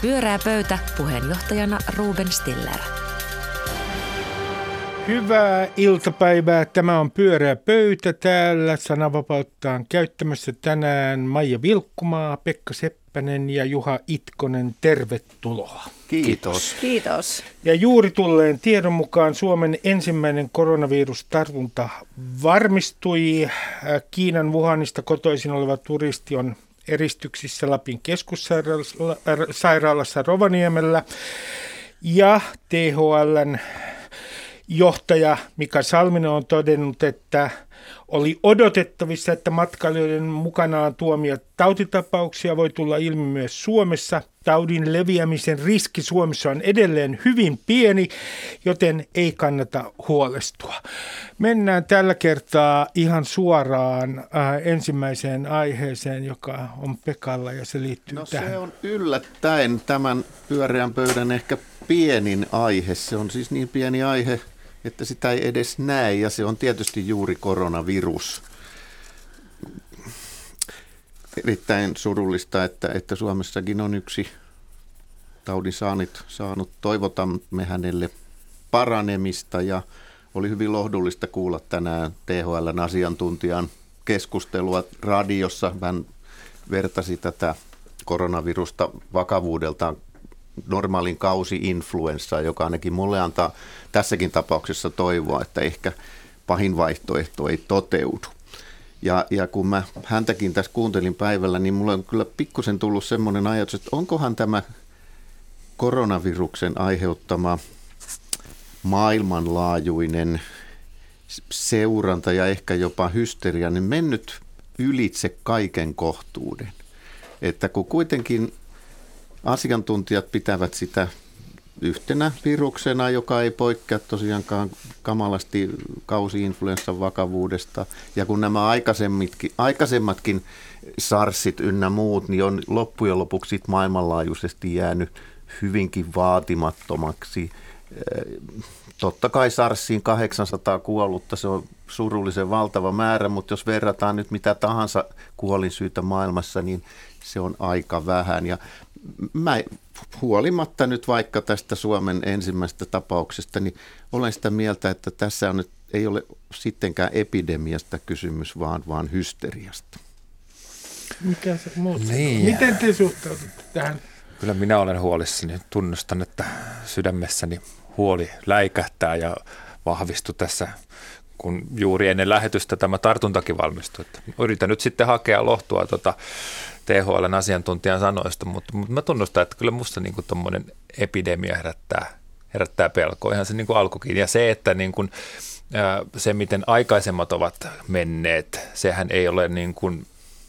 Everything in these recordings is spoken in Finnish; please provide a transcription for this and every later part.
Pyöreä pöytä, puheenjohtajana Ruben Stiller. Hyvää iltapäivää. Tämä on Pyöreä pöytä täällä. Sananvapautta on käyttämässä tänään Maija Vilkkumaa, Pekka Seppänen ja Juha Itkonen. Tervetuloa. Kiitos. Kiitos. Ja juuri tulleen tiedon mukaan Suomen ensimmäinen koronavirustartunta varmistui. Kiinan Wuhanista kotoisin oleva turisti on eristyksissä Lapin keskussairaalassa Rovaniemellä. Ja THL:n johtaja Mika Salminen on todennut, että oli odotettavissa, että matkailijoiden mukanaan tuomia tautitapauksia voi tulla ilmi myös Suomessa. Taudin leviämisen riski Suomessa on edelleen hyvin pieni, joten ei kannata huolestua. Mennään tällä kertaa ihan suoraan ensimmäiseen aiheeseen, joka on Pekalla, ja se liittyy tähän. Se on yllättäen tämän pyöreän pöydän ehkä pienin aihe. Se on siis niin pieni aihe, että sitä ei edes näe, ja se on tietysti juuri koronavirus. Erittäin surullista, että Suomessakin on yksi taudin saanut. Toivotamme hänelle paranemista, ja oli hyvin lohdullista kuulla tänään THL:n asiantuntijan keskustelua radiossa. Hän vertasi tätä koronavirusta vakavuudeltaan normaalin kausi-influenssa, joka ainakin mulle antaa tässäkin tapauksessa toivoa, että ehkä pahin vaihtoehto ei toteudu. Ja kun mä häntäkin tässä kuuntelin päivällä, niin mulle on kyllä pikkusen tullut semmoinen ajatus, että onkohan tämä koronaviruksen aiheuttama maailmanlaajuinen seuranta ja ehkä jopa hysteria niin mennyt ylitse kaiken kohtuuden. Että kun kuitenkin asiantuntijat pitävät sitä yhtenä viruksena, joka ei poikkea tosiaankaan kamalasti kausi-influenssan vakavuudesta. Ja kun nämä aikaisemmatkin SARSit ynnä muut, niin on loppujen lopuksi maailmanlaajuisesti jäänyt hyvinkin vaatimattomaksi. Totta kai SARSiin 800 kuollutta, se on surullisen valtava määrä, mutta jos verrataan nyt mitä tahansa kuolinsyytä maailmassa, niin se on aika vähän. Ja mä huolimatta nyt vaikka tästä Suomen ensimmäisestä tapauksesta, niin olen sitä mieltä, että tässä on nyt, ei ole sittenkään epidemiasta kysymys, vaan hysteriasta. Mikä se niin. Miten te suhtaudutte tähän? Kyllä minä olen huolissani. Tunnustan, että sydämessäni huoli läikähtää ja vahvistui tässä, kun juuri ennen lähetystä tämä tartuntakin valmistui. Yritän nyt sitten hakea lohtua THL:n asiantuntijan sanoista, mutta mä tunnustan, että kyllä musta niin kuin tuommoinen epidemia herättää pelkoa, ihan se niin kuin alkukin. Ja se, että niin kuin, se miten aikaisemmat ovat menneet, sehän ei ole niin kuin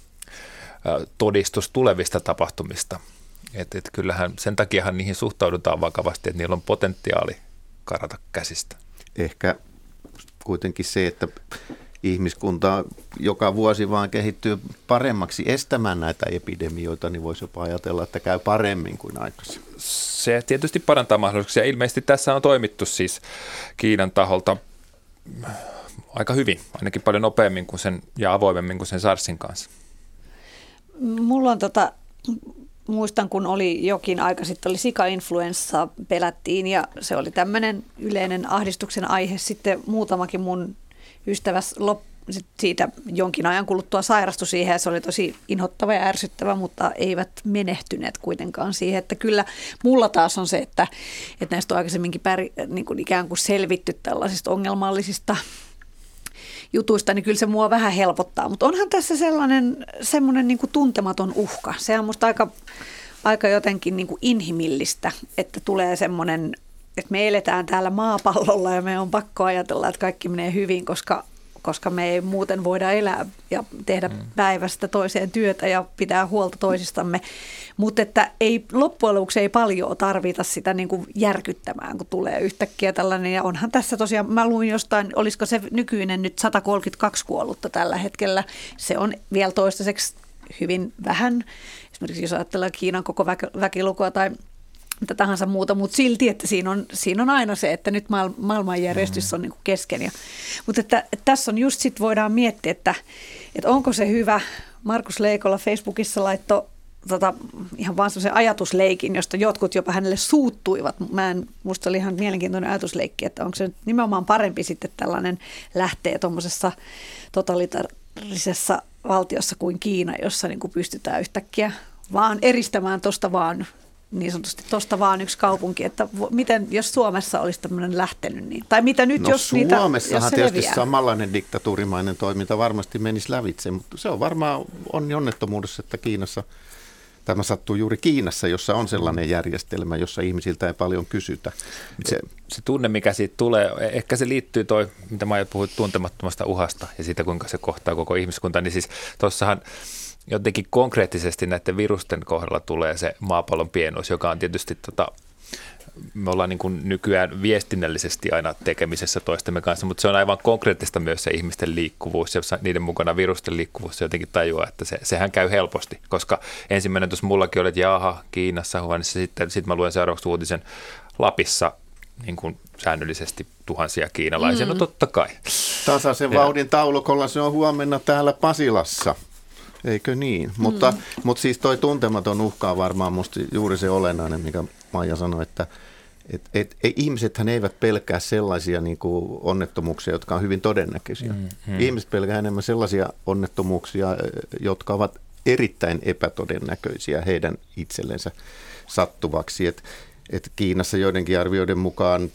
todistus tulevista tapahtumista. Et kyllähän sen takiahan niihin suhtaudutaan vakavasti, että niillä on potentiaali karata käsistä. Ehkä kuitenkin se, että ihmiskunta joka vuosi vaan kehittyy paremmaksi estämään näitä epidemioita, niin voisi jopa ajatella, että käy paremmin kuin aikaisemmin. Se tietysti parantaa mahdollisuuksia. Ilmeisesti tässä on toimittu siis Kiinan taholta aika hyvin, ainakin paljon nopeammin kuin sen ja avoimemmin kuin sen SARSin kanssa. Mulla on muistan, kun oli jokin aika sitten, oli sika-influenssa, pelättiin ja se oli tämmöinen yleinen ahdistuksen aihe. Sitten muutamakin mun ystäväs siitä jonkin ajan kuluttua sairastui siihen ja se oli tosi inhottava ja ärsyttävä, mutta eivät menehtyneet kuitenkaan siihen. Että kyllä mulla taas on se, että näistä on aikaisemminkin niin kuin ikään kuin selvitty tällaisista ongelmallisista jutuista, niin kyllä se mua vähän helpottaa. Mutta onhan tässä semmoinen niin kuin tuntematon uhka. Se on musta aika jotenkin niin kuin inhimillistä, että tulee semmoinen, että me eletään täällä maapallolla ja me on pakko ajatella, että kaikki menee hyvin, koska me ei muuten voida elää ja tehdä päivästä toiseen työtä ja pitää huolta toisistamme. Mutta että loppujen lopuksi ei paljon tarvita sitä niin kuin järkyttämään, kun tulee yhtäkkiä tällainen. Ja onhan tässä tosiaan, mä luin jostain, olisiko se nykyinen nyt 132 kuollutta tällä hetkellä. Se on vielä toistaiseksi hyvin vähän. Esimerkiksi jos ajatellaan Kiinan koko väkilukua tai mitä tahansa muuta, mutta silti, että siinä on aina se, että nyt maailmanjärjestys on niin kuin kesken. Mutta että tässä on just sitten voidaan miettiä, että onko se hyvä. Markus Leikola Facebookissa laittoi ihan vaan semmoisen ajatusleikin, josta jotkut jopa hänelle suuttuivat. Musta oli ihan mielenkiintoinen ajatusleikki, että onko se nimenomaan parempi sitten tällainen lähtee tuommoisessa totalitarisessa valtiossa kuin Kiina, jossa niin kuin pystytään yhtäkkiä vaan eristämään tuosta vaan niin sanotusti tuosta vaan yksi kaupunki, että miten jos Suomessa olisi tämmöinen lähtenyt, niin, tai mitä nyt jos niitä, Suomessahan jos se tietysti leviää. samanlainen diktatuurimainen toiminta varmasti menisi lävitse, mutta se on varmaan onnettomuudessa, että Kiinassa, tämä sattuu juuri Kiinassa, jossa on sellainen järjestelmä, jossa ihmisiltä ei paljon kysytä. Se tunne, mikä siitä tulee, ehkä se liittyy toi, mitä mä puhuin tuntemattomasta uhasta ja siitä, kuinka se kohtaa koko ihmiskunta, niin siis tuossahan jotenkin konkreettisesti näiden virusten kohdalla tulee se maapallon pienuus, joka on tietysti, me ollaan niin kuin nykyään viestinnällisesti aina tekemisessä toistemme kanssa, mutta se on aivan konkreettista myös se ihmisten liikkuvuus ja niiden mukana virusten liikkuvuus. Se jotenkin tajuaa, että sehän käy helposti, koska ensimmäinen tuossa mullakin oli, että jaha, Kiinassa, Huanissa, sitten mä luen seuraavaksi uutisen Lapissa niin kuin säännöllisesti tuhansia kiinalaisia. No totta kai. Tasaisen vauhdin taulukolla se on huomenna täällä Pasilassa. Eikö niin? Mutta siis toi tuntematon uhka on varmaan musta juuri se olennainen, mikä Maija sanoi, että ihmisethän eivät pelkää sellaisia niin kuin onnettomuuksia, jotka on hyvin todennäköisiä. Ihmiset pelkää enemmän sellaisia onnettomuuksia, jotka ovat erittäin epätodennäköisiä heidän itsellensä sattuvaksi. Et Kiinassa joidenkin arvioiden mukaan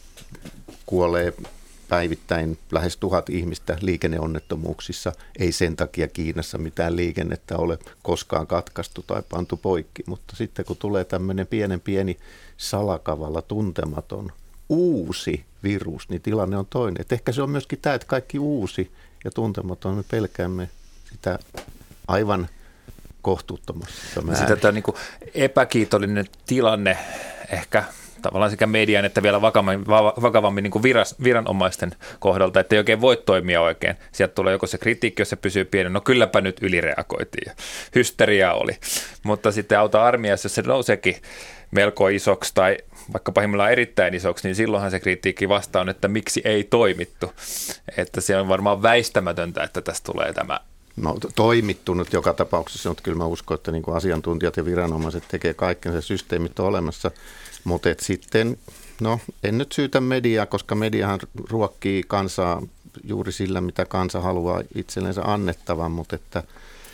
kuolee päivittäin lähes 1000 ihmistä liikenneonnettomuuksissa. Ei sen takia Kiinassa mitään liikennettä ole koskaan katkaistu tai pantu poikki, mutta sitten kun tulee tämmöinen pieni salakavalla tuntematon uusi virus, niin tilanne on toinen. Et ehkä se on myöskin tämä, että kaikki uusi ja tuntematon, me pelkäämme sitä aivan kohtuuttomassa määrin. Sitten tämä niin kuin epäkiitollinen tilanne ehkä tavallaan sekä median että vielä vakavammin niin kuin viranomaisten kohdalta, että ei oikein voi toimia oikein. Sieltä tulee joko se kritiikki, jos se pysyy pienen, no kylläpä nyt ylireagoitiin ja hysteriaa oli. Mutta sitten auta armiassa, jos se nouseekin melko isoksi tai vaikka pahimmillaan erittäin isoksi, niin silloinhan se kritiikki vastaan, että miksi ei toimittu. Että se on varmaan väistämätöntä, että tästä tulee tämä. No toimittunut joka tapauksessa, mutta kyllä mä uskon, että niin kuin asiantuntijat ja viranomaiset tekee kaikkensa, systeemit on olemassa. Mutta sitten, no en nyt syytä mediaa, koska mediahan ruokkii kansaa juuri sillä, mitä kansa haluaa itsellensä annettavan, mutta että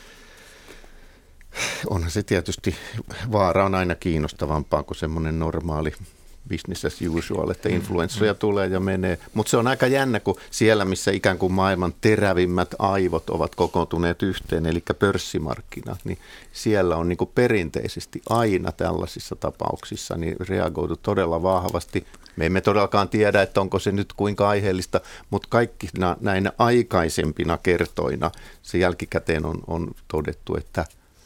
onhan se tietysti, vaara on aina kiinnostavampaa kuin semmoinen normaali business as usual, että influenssoja tulee ja menee. Mutta se on aika jännä, kun siellä, missä ikään kuin maailman terävimmät aivot ovat kokoontuneet yhteen, eli pörssimarkkinat, niin siellä on niin kuin perinteisesti aina tällaisissa tapauksissa niin reagoitu todella vahvasti. Me emme todellakaan tiedä, että onko se nyt kuinka aiheellista, mutta kaikkina näinä aikaisempina kertoina se jälkikäteen on todettu, että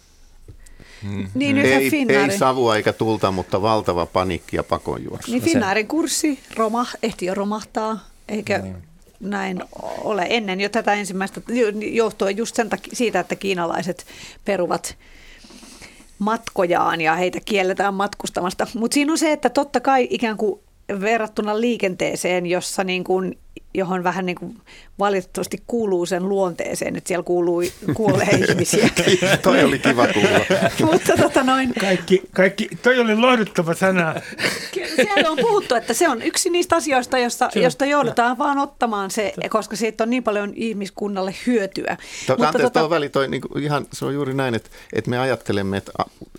Niin ei savua eikä tulta, mutta valtava paniikki ja pakonjuoksu. Niin Finnairin kurssi ehti jo romahtaa, eikä näin ole ennen jo tätä ensimmäistä, johtuen just siitä, että kiinalaiset peruvat matkojaan ja heitä kielletään matkustamasta. Mutta siinä on se, että totta kai ikään kuin verrattuna liikenteeseen, jossa niin kuin, johon vähän niin kuin valitettavasti kuuluu sen luonteeseen, että siellä kuolee ihmisiä. Toi oli kiva kuulla. Mutta Kaikki, toi oli lohduttava sana. Siellä on puhuttu, että se on yksi niistä asioista, josta joudutaan vaan ottamaan se, koska siitä on niin paljon ihmiskunnalle hyötyä. Se on juuri näin, että me ajattelemme, että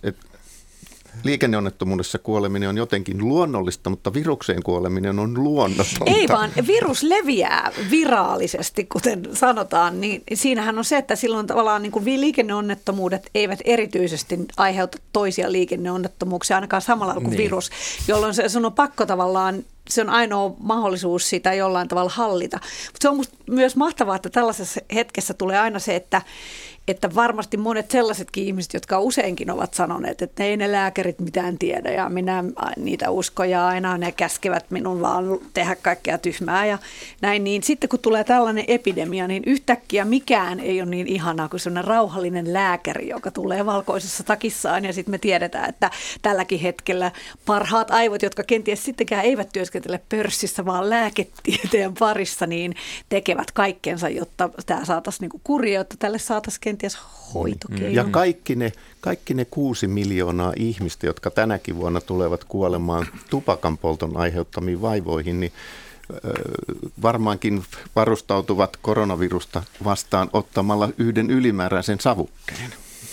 liikenneonnettomuudessa kuoleminen on jotenkin luonnollista, mutta virukseen kuoleminen on luonnotonta. Ei vaan, virus leviää viraalisesti, kuten sanotaan, niin siinähän on se, että silloin tavallaan niin kuin liikenneonnettomuudet eivät erityisesti aiheuta toisia liikenneonnettomuuksia ainakaan samalla kuin virus, jolloin se on pakko tavallaan, se on ainoa mahdollisuus sitä jollain tavalla hallita. Mutta se on musta myös mahtavaa, että tällaisessa hetkessä tulee aina se, että varmasti monet sellaisetkin ihmiset, jotka useinkin ovat sanoneet, että ei ne lääkärit mitään tiedä ja minä niitä usko ja aina ne käskevät minun vaan tehdä kaikkea tyhmää ja näin. Niin sitten kun tulee tällainen epidemia, niin yhtäkkiä mikään ei ole niin ihanaa kuin sellainen rauhallinen lääkäri, joka tulee valkoisessa takissaan ja sitten me tiedetään, että tälläkin hetkellä parhaat aivot, jotka kenties sittenkään eivät työskentele työskentele pörssissä, vaan lääketieteen parissa, niin tekevät kaikkensa, jotta tämä saataisiin niin kuriin, jotta tälle saataisiin kenties hoitokeino. Ja kaikki ne 6 miljoonaa ihmistä, jotka tänäkin vuonna tulevat kuolemaan tupakan polton aiheuttamiin vaivoihin, niin varmaankin varustautuvat koronavirusta vastaan ottamalla yhden ylimääräisen savukkeen.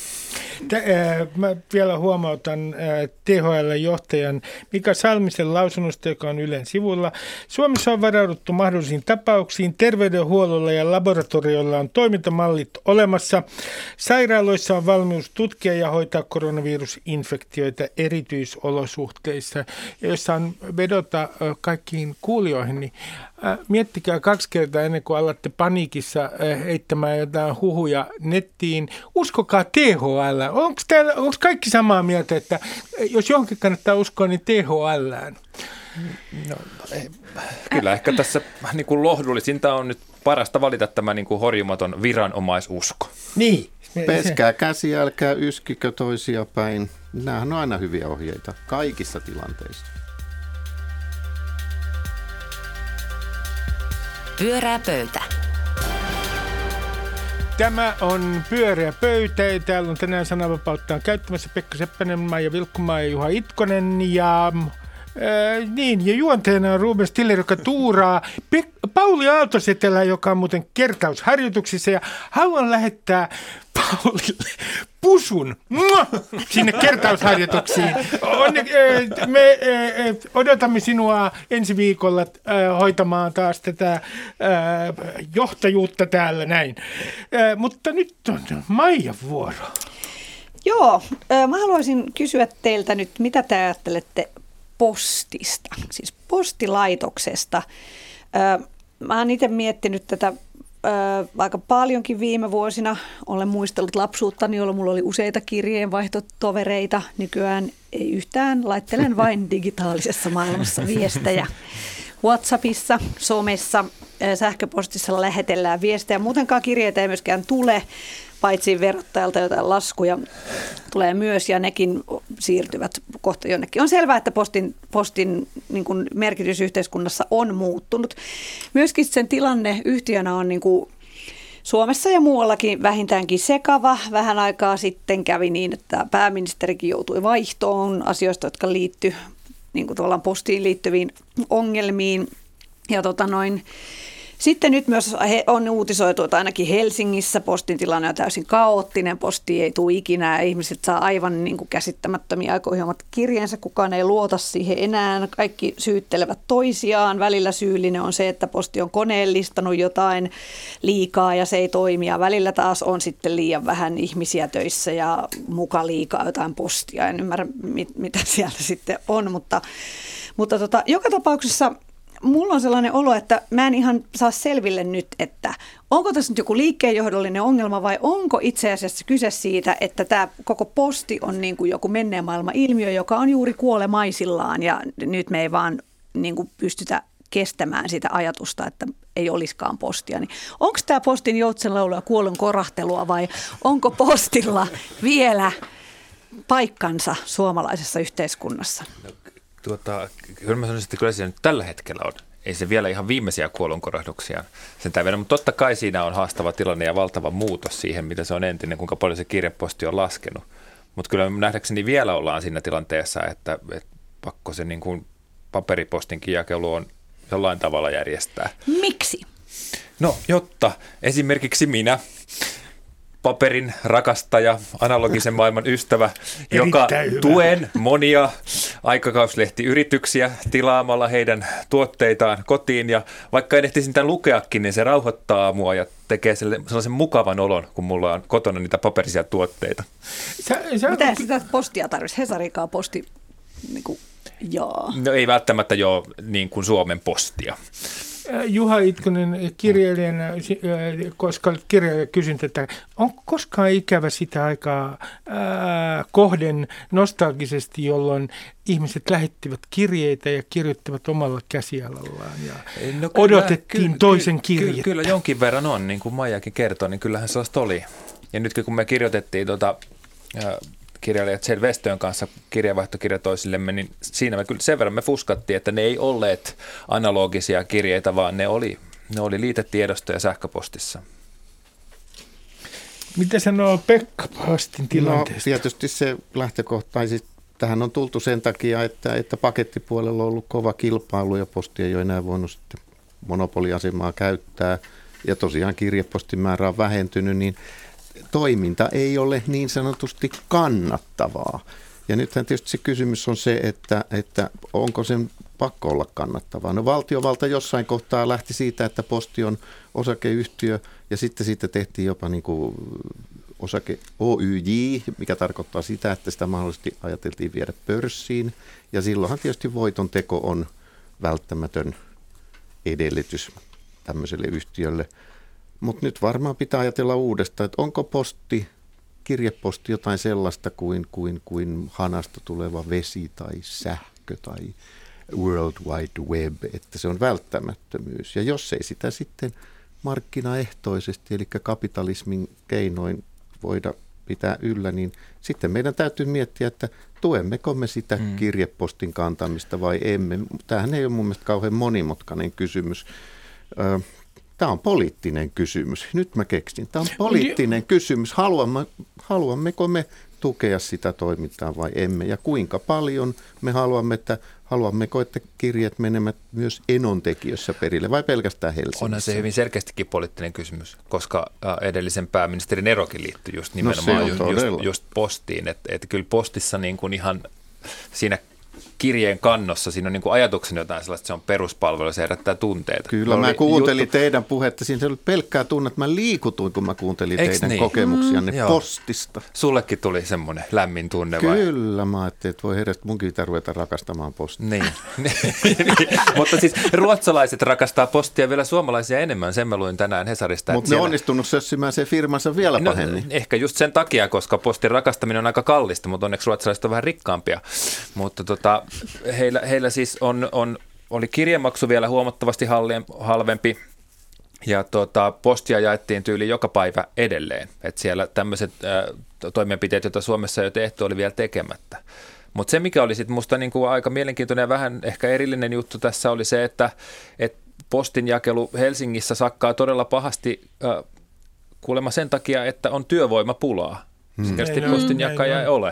Mä vielä huomautan THL-johtajan Mika Salmisen lausunnosta, joka on Ylen sivulla. Suomessa on varauduttu mahdollisiin tapauksiin. Terveydenhuollolla ja laboratoriolla on toimintamallit olemassa. Sairaaloissa on valmius tutkia ja hoitaa koronavirusinfektioita erityisolosuhteissa. Ja jos saan vedota kaikkiin kuulijoihin, niin miettikää 2 kertaa ennen kuin alatte paniikissa heittämään jotain huhuja nettiin. Uskokaa THL. Onko kaikki samaa mieltä, että jos johonkin kannattaa uskoa, niin THLään? No, kyllä ehkä tässä niin kuin lohdullisinta on nyt parasta valita tämä niin kuin horjumaton viranomaisusko. Niin. Peskää käsiä, älkää yskikö toisia päin. Nämähän on aina hyviä ohjeita kaikissa tilanteissa. Pyörää pöytä. Tämä on Pyöreä pöytä. Täällä on tänään sananvapauttaan käyttämässä Pekka Seppänen, Maija Vilkkumaa ja Juha Itkonen. Ja juonteena on Ruben Stiller, joka tuuraa Pauli Aaltosetelä, joka on muuten kertausharjoituksissa. Ja haluan lähettää Paulille pusun sinne kertausharjoituksiin. Me odotamme sinua ensi viikolla hoitamaan taas tätä johtajuutta täällä näin. Mutta nyt on Maijan vuoro. Joo, mä haluaisin kysyä teiltä nyt, mitä te ajattelette postista, siis postilaitoksesta. Mä oon itse miettinyt tätä aika paljonkin viime vuosina. Olen muistellut lapsuuttani, jolloin mulla oli useita kirjeenvaihtotovereita. Nykyään ei yhtään. Laittelen vain digitaalisessa maailmassa viestejä. WhatsAppissa, somessa, sähköpostissa lähetellään viestejä. Muutenkaan kirjeitä ei myöskään tule, paitsi verottajalta jotain laskuja tulee myös, ja nekin siirtyvät kohta jonnekin. On selvää, että postin niin kuin merkitys yhteiskunnassa on muuttunut. Myöskin sen tilanne yhtiönä on niin kuin Suomessa ja muuallakin vähintäänkin sekava. Vähän aikaa sitten kävi niin, että pääministerikin joutui vaihtoon asioista, jotka liittyy niin kuin tavallaan postiin liittyviin ongelmiin. Ja sitten nyt myös on uutisoitu, että ainakin Helsingissä postin tilanne on täysin kaoottinen. Posti ei tule ikinä. Ihmiset saa aivan niin kuin käsittämättömiä aikoihin kirjeensä. Kukaan ei luota siihen enää. Kaikki syyttelevät toisiaan. Välillä syyllinen on se, että posti on koneellistanut jotain liikaa ja se ei toimi. Ja välillä taas on sitten liian vähän ihmisiä töissä ja muka liikaa jotain postia. En ymmärrä, mitä siellä sitten on, mutta joka tapauksessa mulla on sellainen olo, että mä en ihan saa selville nyt, että onko tässä nyt joku liikkeenjohdollinen ongelma vai onko itse asiassa kyse siitä, että tämä koko posti on niin kuin joku menneen maailman ilmiö, joka on juuri kuolemaisillaan ja nyt me ei vaan niin kuin pystytä kestämään sitä ajatusta, että ei olisikaan postia. Niin onko tämä postin joutsenlaulu ja kuollon korahtelua vai onko postilla vielä paikkansa suomalaisessa yhteiskunnassa? Kyllä mä sanoisin, että kyllä se nyt tällä hetkellä on. Ei se vielä ihan viimeisiä kuolonkorahduksia sentään vielä, mutta totta kai siinä on haastava tilanne ja valtava muutos siihen, mitä se on entinen, kuinka paljon se kirjeposti on laskenut. Mutta kyllä nähdäkseni vielä ollaan siinä tilanteessa, että pakko se niin kuin paperipostinkin jakelu on jollain tavalla järjestää. Miksi? No, jotta esimerkiksi minä, paperin rakastaja, analogisen maailman ystävä, joka tuen monia aikakauslehtiyrityksiä tilaamalla heidän tuotteitaan kotiin. Ja vaikka en ehtisi niitä lukeakin, niin se rauhoittaa mua ja tekee sellaisen mukavan olon, kun mulla on kotona niitä paperisia tuotteita. Mitä sitä postia tarvitsisi? Hesarikaan posti, niin kuin, joo. No ei välttämättä jo niin kuin Suomen postia. Juha Itkonen kirjailijana, koska kirjailija kysyn, että onko koskaan ikävä sitä aikaa kohden nostalgisesti, jolloin ihmiset lähettivät kirjeitä ja kirjoittivat omalla käsialallaan ja odotettiin toisen kirjettä? Kyllä jonkin verran on, niin kuin Maijakin kertoi, niin kyllähän sellaista oli. Ja nyt kun me kirjoitettiin kirjailija Jane Westön kanssa kirjavaihtokirja toisillemme, niin siinä me kyllä sen verran me fuskattiin, että ne ei olleet analogisia kirjeitä, vaan ne oli liitetiedostoja sähköpostissa. Mitä sanoo Pekka Paastin tilanteesta? No, tietysti se lähtökohta, siis tähän on tultu sen takia, että pakettipuolella on ollut kova kilpailu ja Posti ei ole enää voinut sitten monopoliasemaa käyttää ja tosiaan kirjepostin määrä on vähentynyt, niin toiminta ei ole niin sanotusti kannattavaa. Ja nythän tietysti se kysymys on se, että onko sen pakko olla kannattavaa. No valtiovalta jossain kohtaa lähti siitä, että Posti on osakeyhtiö ja sitten siitä tehtiin jopa niin kuin osake OYJ, mikä tarkoittaa sitä, että sitä mahdollisesti ajateltiin viedä pörssiin. Ja silloinhan tietysti voiton teko on välttämätön edellytys tämmöiselle yhtiölle. Mutta nyt varmaan pitää ajatella uudestaan, että onko kirjeposti jotain sellaista kuin hanasta tuleva vesi tai sähkö tai World Wide Web, että se on välttämättömyys. Ja jos ei sitä sitten markkinaehtoisesti, eli kapitalismin keinoin voida pitää yllä, niin sitten meidän täytyy miettiä, että tuemmeko me sitä kirjepostin kantamista vai emme. Tämähän ei ole mun mielestä kauhean monimutkainen kysymys. Tämä on poliittinen kysymys. Nyt mä keksin. Tämä on poliittinen kysymys. Haluammeko me tukea sitä toimintaa vai emme? Ja kuinka paljon me haluammeko, että kirjeet menevät myös enontekijössä perille vai pelkästään Helsingissä? Onhan se hyvin selkeästikin poliittinen kysymys, koska edellisen pääministerin erokin liittyy just nimenomaan just postiin. Että kyllä postissa niin kuin ihan siinä kirjeen kannossa, siinä on niin kuin ajatuksena jotain sellaista, että se on peruspalvelu, se herättää tunteita. Kyllä, mä kuuntelin teidän puhetta, siinä oli pelkkää tunnetta, mä liikutuin, kun mä kuuntelin teidän kokemuksianne postista. Sullekin tuli semmoinen lämmin tunne vai? Kyllä, mä ajattelin, että voi herätä, munkin pitää ruveta rakastamaan postia. Niin. Mutta siis ruotsalaiset rakastaa postia vielä suomalaisia enemmän, sen mä luin tänään Hesarista. Mutta ne on onnistunut sössimään sen firmansa vielä pahemmin. Ehkä just sen takia, koska postin rakastaminen on aika kallista, mutta onneksi ruotsalaiset on vähän rikkaampia. Mutta heillä siis oli kirjemaksu vielä huomattavasti halvempi ja postia jaettiin tyyliin joka päivä edelleen. Että siellä tämmöiset toimenpiteet, joita Suomessa jo tehty, oli vielä tekemättä. Mutta se, mikä oli sitten musta niinku aika mielenkiintoinen ja vähän ehkä erillinen juttu tässä oli se, että postin jakelu Helsingissä sakkaa todella pahasti kuulemma sen takia, että on työvoimapulaa. Sikästi postin jakaja ei ole.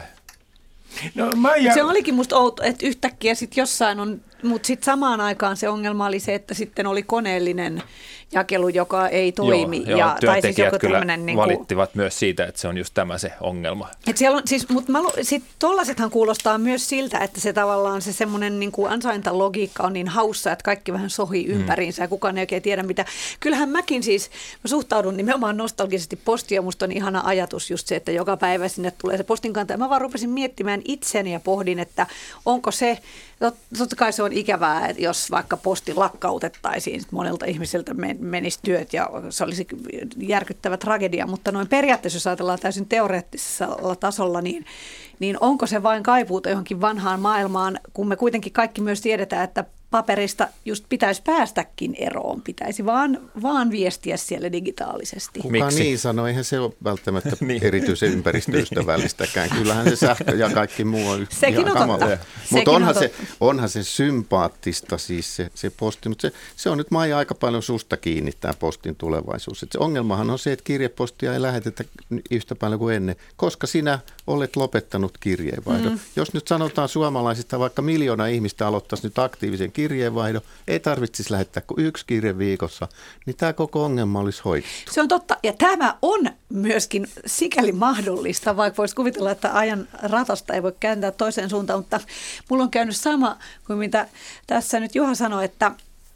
No, se olikin musta outo, että yhtäkkiä sitten jossain on, mutta sitten samaan aikaan se ongelma oli se, että sitten oli koneellinen jakelu, joka ei toimi. Joo, työntekijät siis kyllä valittivat myös siitä, että se on just tämä se ongelma. Mutta sitten tollaisethan kuulostaa myös siltä, että se tavallaan se semmoinen niin kuin ansaintalogiikka on niin haussa, että kaikki vähän sohii ympäriinsä ja kukaan ei oikein tiedä mitä. Kyllähän mäkin siis, mä suhtaudun nimenomaan nostalgisesti postiin ja musta on ihana ajatus just se, että joka päivä sinne tulee se postinkantaja. Mä vaan rupesin miettimään itseni ja pohdin, että onko se, totta kai se on ikävää, että jos vaikka posti lakkautettaisiin, monelta ihmiseltä menisi työt ja se olisi järkyttävä tragedia, mutta noin periaatteessa, jos ajatellaan täysin teoreettisella tasolla, niin onko se vain kaipuuta johonkin vanhaan maailmaan, kun me kuitenkin kaikki myös tiedetään, että paperista just pitäisi päästäkin eroon, pitäisi vaan viestiä siellä digitaalisesti. Kuka niin sanoo, eihän se ole välttämättä erityisen ympäristöystävällistäkään. Kyllähän se sähkö ja kaikki muu on sekin on totta. Mutta onhan se sympaattista siis se posti, mutta se on nyt Maija aika paljon susta kiinni tämä postin tulevaisuus. Et se ongelmahan on se, että kirjepostia ei lähetetä yhtä paljon kuin ennen, koska sinä olet lopettanut kirjeenvaihdon. Jos nyt sanotaan suomalaisista, vaikka 1 miljoona ihmistä aloittaisi nyt aktiivisen kirjeenvaihdon, ei tarvitsisi lähettää kuin 1 kirje viikossa, niin tämä koko ongelma olisi hoidettu. Se on totta, ja tämä on myöskin sikäli mahdollista, vaikka voisi kuvitella, että ajan ratasta ei voi kääntää toiseen suuntaan, mutta mulla on käynyt sama kuin mitä tässä nyt Juha sanoi, että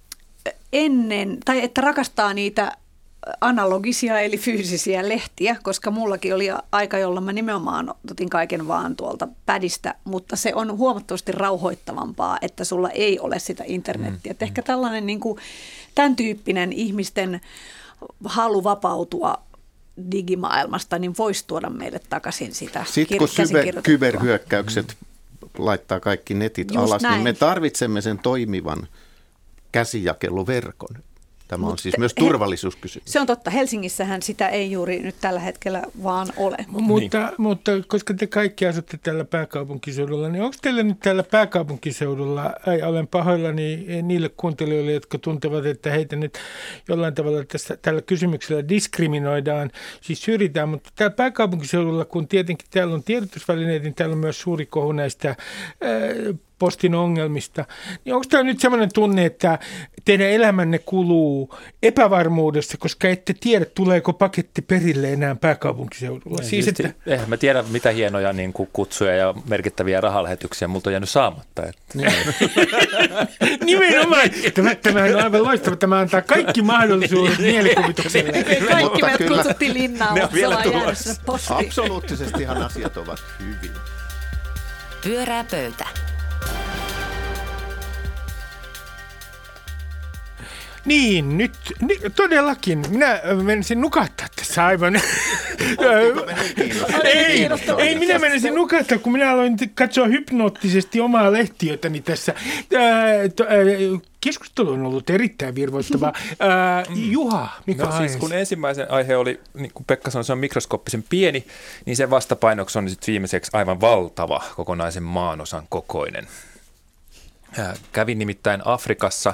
että rakastaa niitä analogisia eli fyysisiä lehtiä, koska mullakin oli aika, jolla mä nimenomaan otin kaiken vaan tuolta pädistä, mutta se on huomattavasti rauhoittavampaa, että sulla ei ole sitä internettiä. Että ehkä tällainen niin kuin, tämän tyyppinen ihmisten halu vapautua digimaailmasta, niin voisi tuoda meille takaisin sitä sitten kun kyberhyökkäykset laittaa kaikki netit just alas, näin. Niin me tarvitsemme sen toimivan käsijakeluverkon. Tämä on siis myös turvallisuuskysymys. Se on totta. Helsingissähän sitä ei juuri nyt tällä hetkellä vaan ole. Mutta koska te kaikki asutte tällä pääkaupunkiseudulla, niin onko teillä nyt tällä pääkaupunkiseudulla, olen pahoillani niille kuuntelijoille, jotka tuntevat, että heitä nyt jollain tavalla tällä kysymyksellä diskriminoidaan, siis syrjitään, mutta täällä pääkaupunkiseudulla, kun tietenkin täällä on tiedotusvälineet, niin täällä on myös suuri kohu näistä postin ongelmista, niin onko tämä nyt sellainen tunne, että teidän elämänne kuluu epävarmuudessa, koska ette tiedä, tuleeko paketti perille enää pääkaupunkiseudulla? Siis, eihän mä tiedä, mitä hienoja niin kuin kutsuja ja merkittäviä rahalähetyksiä multa on jäänyt saamatta. Nimenomaan. Tämä on aivan loistava. Tämä antaa kaikki mahdollisuudet mielikuvitukselle. Kaikki meidät kutsuttiin linnaan, mutta se on jäänyt sinne postiin. Absoluuttisestihan asiat ovat hyvin. Pyörää pöytä. Niin, nyt todellakin. Minä menisin nukahtaa tässä aivan. Ei, minä menisin nukahtaa, kun minä aloin katsoa hypnoottisesti omaa lehtiötäni tässä. Keskustelu on ollut erittäin virvoittavaa. Juha, mikä aihe? Siis kun ensimmäisen aihe oli, niin kuin Pekka sanoi, se on mikroskooppisen pieni, niin sen vastapainoksi on sitten viimeiseksi aivan valtava kokonaisen maanosan kokoinen. Kävin nimittäin Afrikassa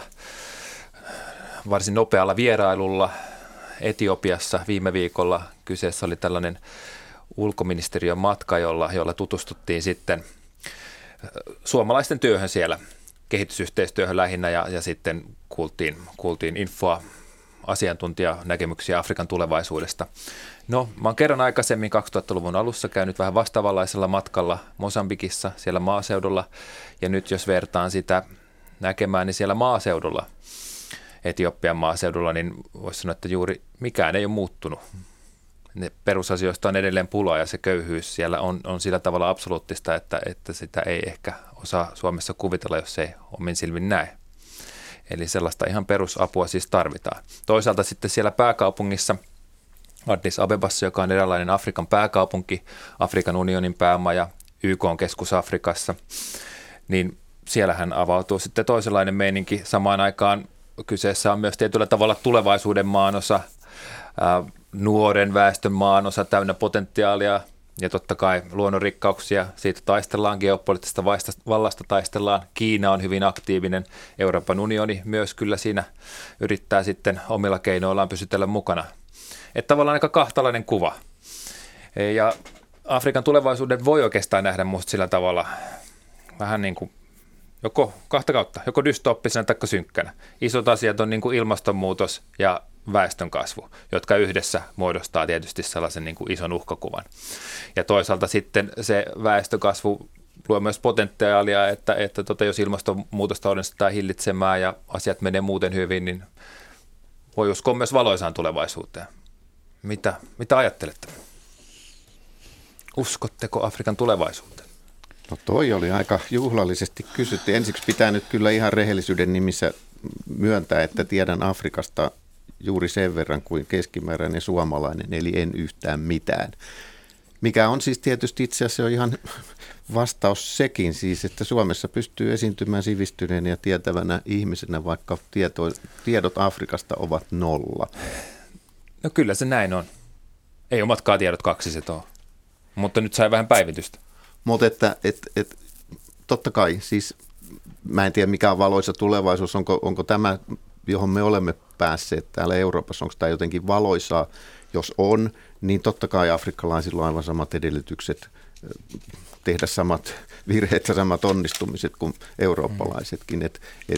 varsin nopealla vierailulla Etiopiassa viime viikolla. Kyseessä oli tällainen ulkoministeriön matka, jolla tutustuttiin sitten suomalaisten työhön siellä, kehitysyhteistyöhön lähinnä ja sitten kuultiin infoa, asiantuntijanäkemyksiä Afrikan tulevaisuudesta. No, mä oon kerran aikaisemmin 2000-luvun alussa käynyt vähän vastaavanlaisella matkalla Mosambikissa, siellä maaseudulla, ja nyt jos vertaan sitä näkemään, niin siellä maaseudulla, Etiopian maaseudulla, niin voisi sanoa, että juuri mikään ei ole muuttunut. Ne perusasioista on edelleen pulaa ja se köyhyys siellä on sillä tavalla absoluuttista, että sitä ei ehkä osaa Suomessa kuvitella, jos ei omin silmin näe. Eli sellaista ihan perusapua siis tarvitaan. Toisaalta sitten siellä pääkaupungissa, Addis Abebassa, joka on eräänlainen Afrikan pääkaupunki, Afrikan unionin päämaja, YK-keskus Afrikassa, niin siellähän avautuu sitten toisenlainen meininki. Samaan aikaan kyseessä on myös tietyllä tavalla tulevaisuuden maanosa, nuoren väestön maanosa täynnä potentiaalia ja totta kai luonnonrikkauksia. Siitä taistellaan, geopoliittisesta vallasta taistellaan. Kiina on hyvin aktiivinen, Euroopan unioni myös kyllä siinä yrittää sitten omilla keinoillaan pysytellä mukana. Että tavallaan aika kahtalainen kuva. Ja Afrikan tulevaisuuden voi oikeastaan nähdä musta sillä tavalla vähän niin kuin joko kahta kautta, joko dystooppisena tai synkkänä. Isot asiat on niin kuin ilmastonmuutos ja väestönkasvu, jotka yhdessä muodostaa tietysti sellaisen niin kuin ison uhkakuvan. Ja toisaalta sitten se väestönkasvu luo myös potentiaalia, että jos ilmastonmuutosta onnistutaan hillitsemään ja asiat menee muuten hyvin, niin voi uskoa myös valoisaan tulevaisuuteen. Mitä ajattelette? Uskotteko Afrikan tulevaisuuteen? No toi oli aika juhlallisesti kysytty. Ensiksi pitää nyt kyllä ihan rehellisyyden nimissä myöntää, että tiedän Afrikasta juuri sen verran kuin keskimääräinen suomalainen, eli en yhtään mitään. Mikä on siis tietysti itse asiassa jo ihan vastaus sekin siis, että Suomessa pystyy esiintymään sivistyneenä ja tietävänä ihmisenä, vaikka tiedot Afrikasta ovat 0. No kyllä se näin on. Ei omatkaan tiedot kaksiset ole, mutta nyt sai vähän päivitystä. Mutta totta kai, siis mä en tiedä mikä on valoisa tulevaisuus, onko tämä, johon me olemme päässeet täällä Euroopassa, onko tämä jotenkin valoisaa, jos on, niin totta kai afrikkalaisilla on aivan samat edellytykset tehdä samat virheet ja samat onnistumiset kuin eurooppalaisetkin.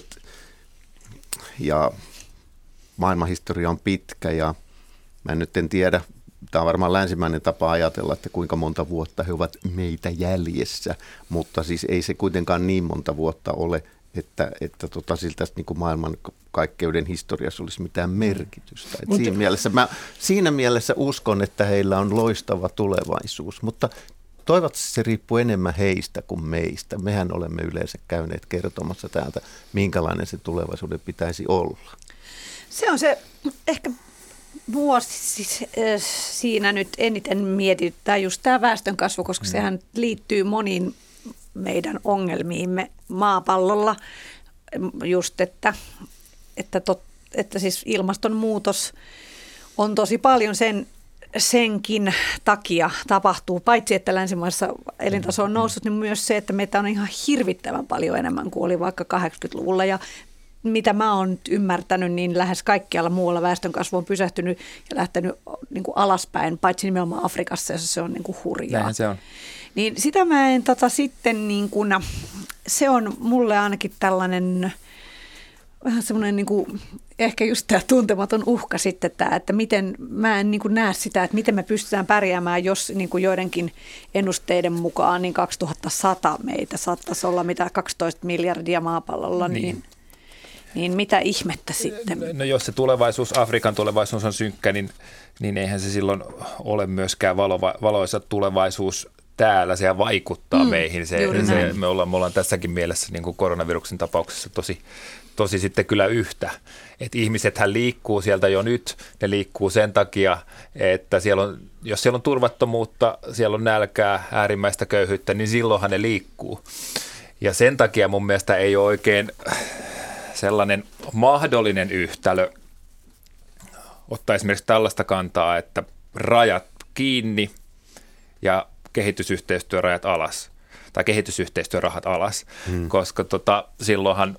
Ja maailmanhistoria on pitkä ja mä nyt en tiedä, tämä on varmaan länsimäinen tapa ajatella, että kuinka monta vuotta he ovat meitä jäljessä, mutta siis ei se kuitenkaan niin monta vuotta ole, että siltä niin kuin maailmankaikkeuden historiassa olisi mitään merkitystä. Siinä mielessä uskon, että heillä on loistava tulevaisuus, mutta toivottavasti se riippuu enemmän heistä kuin meistä. Mehän olemme yleensä käyneet kertomassa täältä, minkälainen se tulevaisuuden pitäisi olla. Se on se ehkä vuosi siinä nyt eniten mietittää just tämä väestönkasvu, koska sehän liittyy moniin meidän ongelmiimme maapallolla. Just, että että siis ilmastonmuutos on tosi paljon senkin takia tapahtuu, paitsi että länsimaissa elintaso on noussut, niin myös se, että meitä on ihan hirvittävän paljon enemmän kuin oli vaikka 80-luvulla. Ja mitä mä oon nyt ymmärtänyt, niin lähes kaikkialla muualla väestönkasvu on pysähtynyt ja lähtenyt niin kuin alaspäin, paitsi nimenomaan Afrikassa, jossa se on niin kuin hurjaa. Näinhän se on. Niin sitä mä en sitten, niin kuin, se on mulle ainakin tällainen vähän semmoinen niin kuin, ehkä just tämä tuntematon uhka sitten tämä, että miten mä en niin kuin näe sitä, että miten me pystytään pärjäämään, jos niin kuin joidenkin ennusteiden mukaan niin 2100 meitä saattaisi olla mitä 12 miljardia maapallolla, niin mitä ihmettä sitten? No jos se tulevaisuus, Afrikan tulevaisuus on synkkä, niin eihän se silloin ole myöskään valoisa tulevaisuus täällä. Se vaikuttaa meihin. Me ollaan tässäkin mielessä niin kuin koronaviruksen tapauksessa tosi sitten kyllä yhtä. Että ihmisethän liikkuu sieltä jo nyt. Ne liikkuu sen takia, että jos siellä on turvattomuutta, siellä on nälkää, äärimmäistä köyhyyttä, niin silloinhan ne liikkuu. Ja sen takia mun mielestä ei ole oikein sellainen mahdollinen yhtälö ottaa esimerkiksi tällaista kantaa, että rajat kiinni ja kehitysyhteistyörajat alas tai kehitysyhteistyörahat alas, koska silloinhan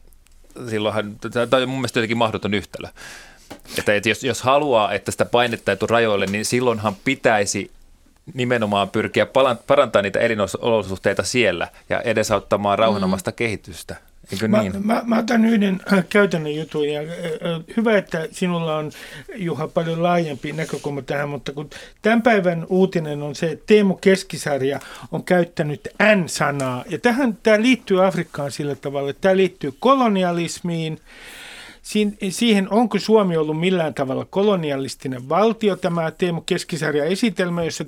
tämä on mun mielestä jotenkin mahdoton yhtälö. Että jos haluaa, että sitä painetta ei tule rajoille, niin silloinhan pitäisi nimenomaan pyrkiä parantamaan niitä elinolosuhteita siellä ja edesauttamaan rauhanomaista kehitystä. Mä otan yhden käytännön jutun ja hyvä, että sinulla on, Juha, paljon laajempi näkökulma tähän, mutta kun tämän päivän uutinen on se, että Teemu Keskisarja on käyttänyt N-sanaa ja tämä liittyy Afrikkaan sillä tavalla, että tämä liittyy kolonialismiin. Siihen, onko Suomi ollut millään tavalla kolonialistinen valtio, tämä Teemu Keskisarjan esitelmä, jossa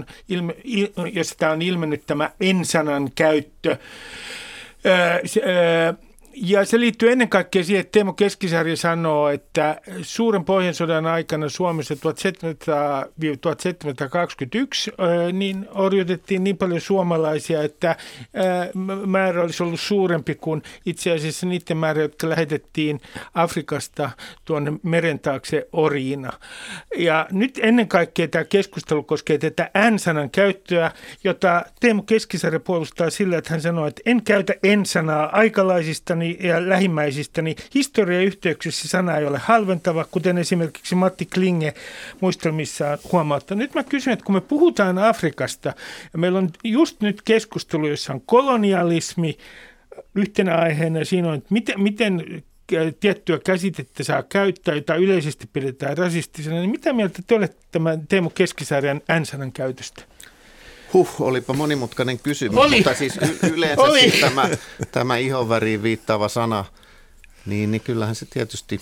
tämä on ilmennyt tämä N-sanan käyttö. Ja se liittyy ennen kaikkea siihen, että Teemu Keskisarja sanoo, että suuren Pohjansodan aikana Suomessa 1700-1721 niin orjutettiin niin paljon suomalaisia, että määrä olisi ollut suurempi kuin itse asiassa niiden määrä, jotka lähetettiin Afrikasta tuonne meren taakse orjina. Ja nyt ennen kaikkea tämä keskustelu koskee tätä N-sanan käyttöä, jota Teemu Keskisarja puolustaa sillä, että hän sanoo, että en käytä N-sanaa aikalaisistani ja lähimmäisistäni. Historiayhteyksissä sana ei ole halventava, kuten esimerkiksi Matti Klinge muistelmissaan huomauttaa. Nyt mä kysyn, että kun me puhutaan Afrikasta, ja meillä on just nyt keskustelu, jossa on kolonialismi yhtenä aiheena, siinä on, että miten tiettyä käsitettä saa käyttää, jota yleisesti pidetään rasistisena, niin mitä mieltä te olette tämän Teemu Keskisarjan N-sanan käytöstä? Olipa monimutkainen kysymys, mutta siis yleensä siis tämä ihonväriin viittaava sana, niin kyllähän se tietysti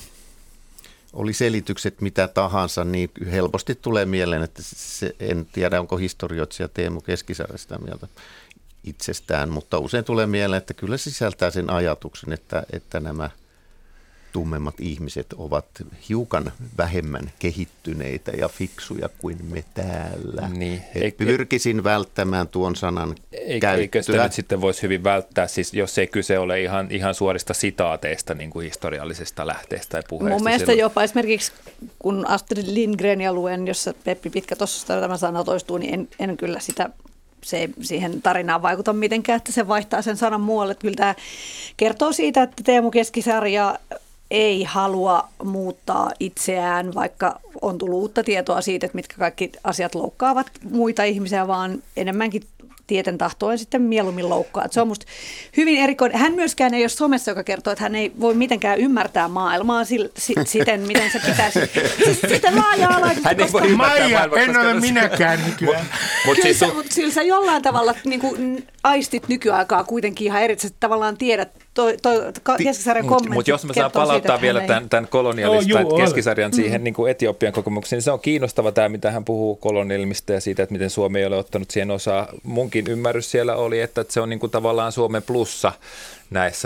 oli selitykset mitä tahansa, niin helposti tulee mieleen, että en tiedä onko historioitsija Teemu Keskisarja sitä mieltä itsestään, mutta usein tulee mieleen, että kyllä sisältää sen ajatuksen, että nämä tummemmat ihmiset ovat hiukan vähemmän kehittyneitä ja fiksuja kuin me täällä. Niin. Pyrkisin välttämään tuon sanan käyttöä. Eikö sitä nyt sitten voisi hyvin välttää, siis jos ei kyse ole ihan suorista sitaateista, niin kuin historiallisesta lähteestä tai puheesta? Mun mielestä jopa esimerkiksi, kun Astrid Lindgrenia luen, jossa Peppi Pitkätossasta tämä sana toistuu, niin en kyllä se ei siihen tarinaan vaikuta mitenkään, että se vaihtaa sen sanan muualle. Kyllä tämä kertoo siitä, että Teemu Keskisarja ei halua muuttaa itseään, vaikka on tullut uutta tietoa siitä, että mitkä kaikki asiat loukkaavat muita ihmisiä, vaan enemmänkin tieten tahtoen sitten mieluummin loukkaa. Se on musta hyvin erikoinen. Hän myöskään ei ole somessa, joka kertoo, että hän ei voi mitenkään ymmärtää maailmaa siten, miten se pitäisi. Sitten laaja-alaisesti. Hän ei voi ymmärtää maailmaa. En ole minäkään nykyään. Sillä sä jollain tavalla niin kuin aistit nykyaikaa kuitenkin ihan erityisesti tavallaan tiedät. Keskisarjan kommentti. Mutta jos mä saan palauttaa vielä tämän kolonialista Keskisarjan siihen niin kuin Etiopian kokemukseen, niin se on kiinnostava tämä, mitä hän puhuu kolonialismista ja siitä, että miten Suomi ei ole ottanut siihen osaa. Munkin ymmärrys siellä oli, että se on niin kuin tavallaan Suomen plussa näissä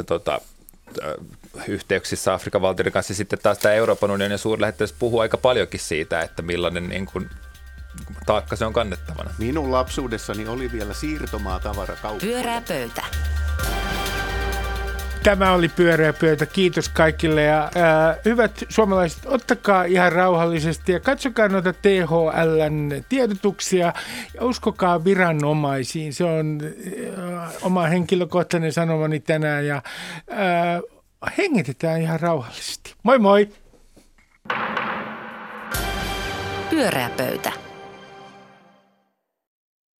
yhteyksissä Afrikan valtioiden kanssa. Sitten taas tämä Euroopan unionin suurlähettiläs puhuu aika paljonkin siitä, että millainen niin kuin taakka se on kannettavana. Minun lapsuudessani oli vielä siirtomaa tavarakauppa. Pyörää pöytä. Tämä oli Pyöreä pöytä. Kiitos kaikille. Ja hyvät suomalaiset, ottakaa ihan rauhallisesti ja katsokaa noita THL:n tiedotuksia ja uskokaa viranomaisiin. Se on oma henkilökohtainen sanomani tänään ja hengitetään ihan rauhallisesti. Moi moi! Pyöreä pöytä.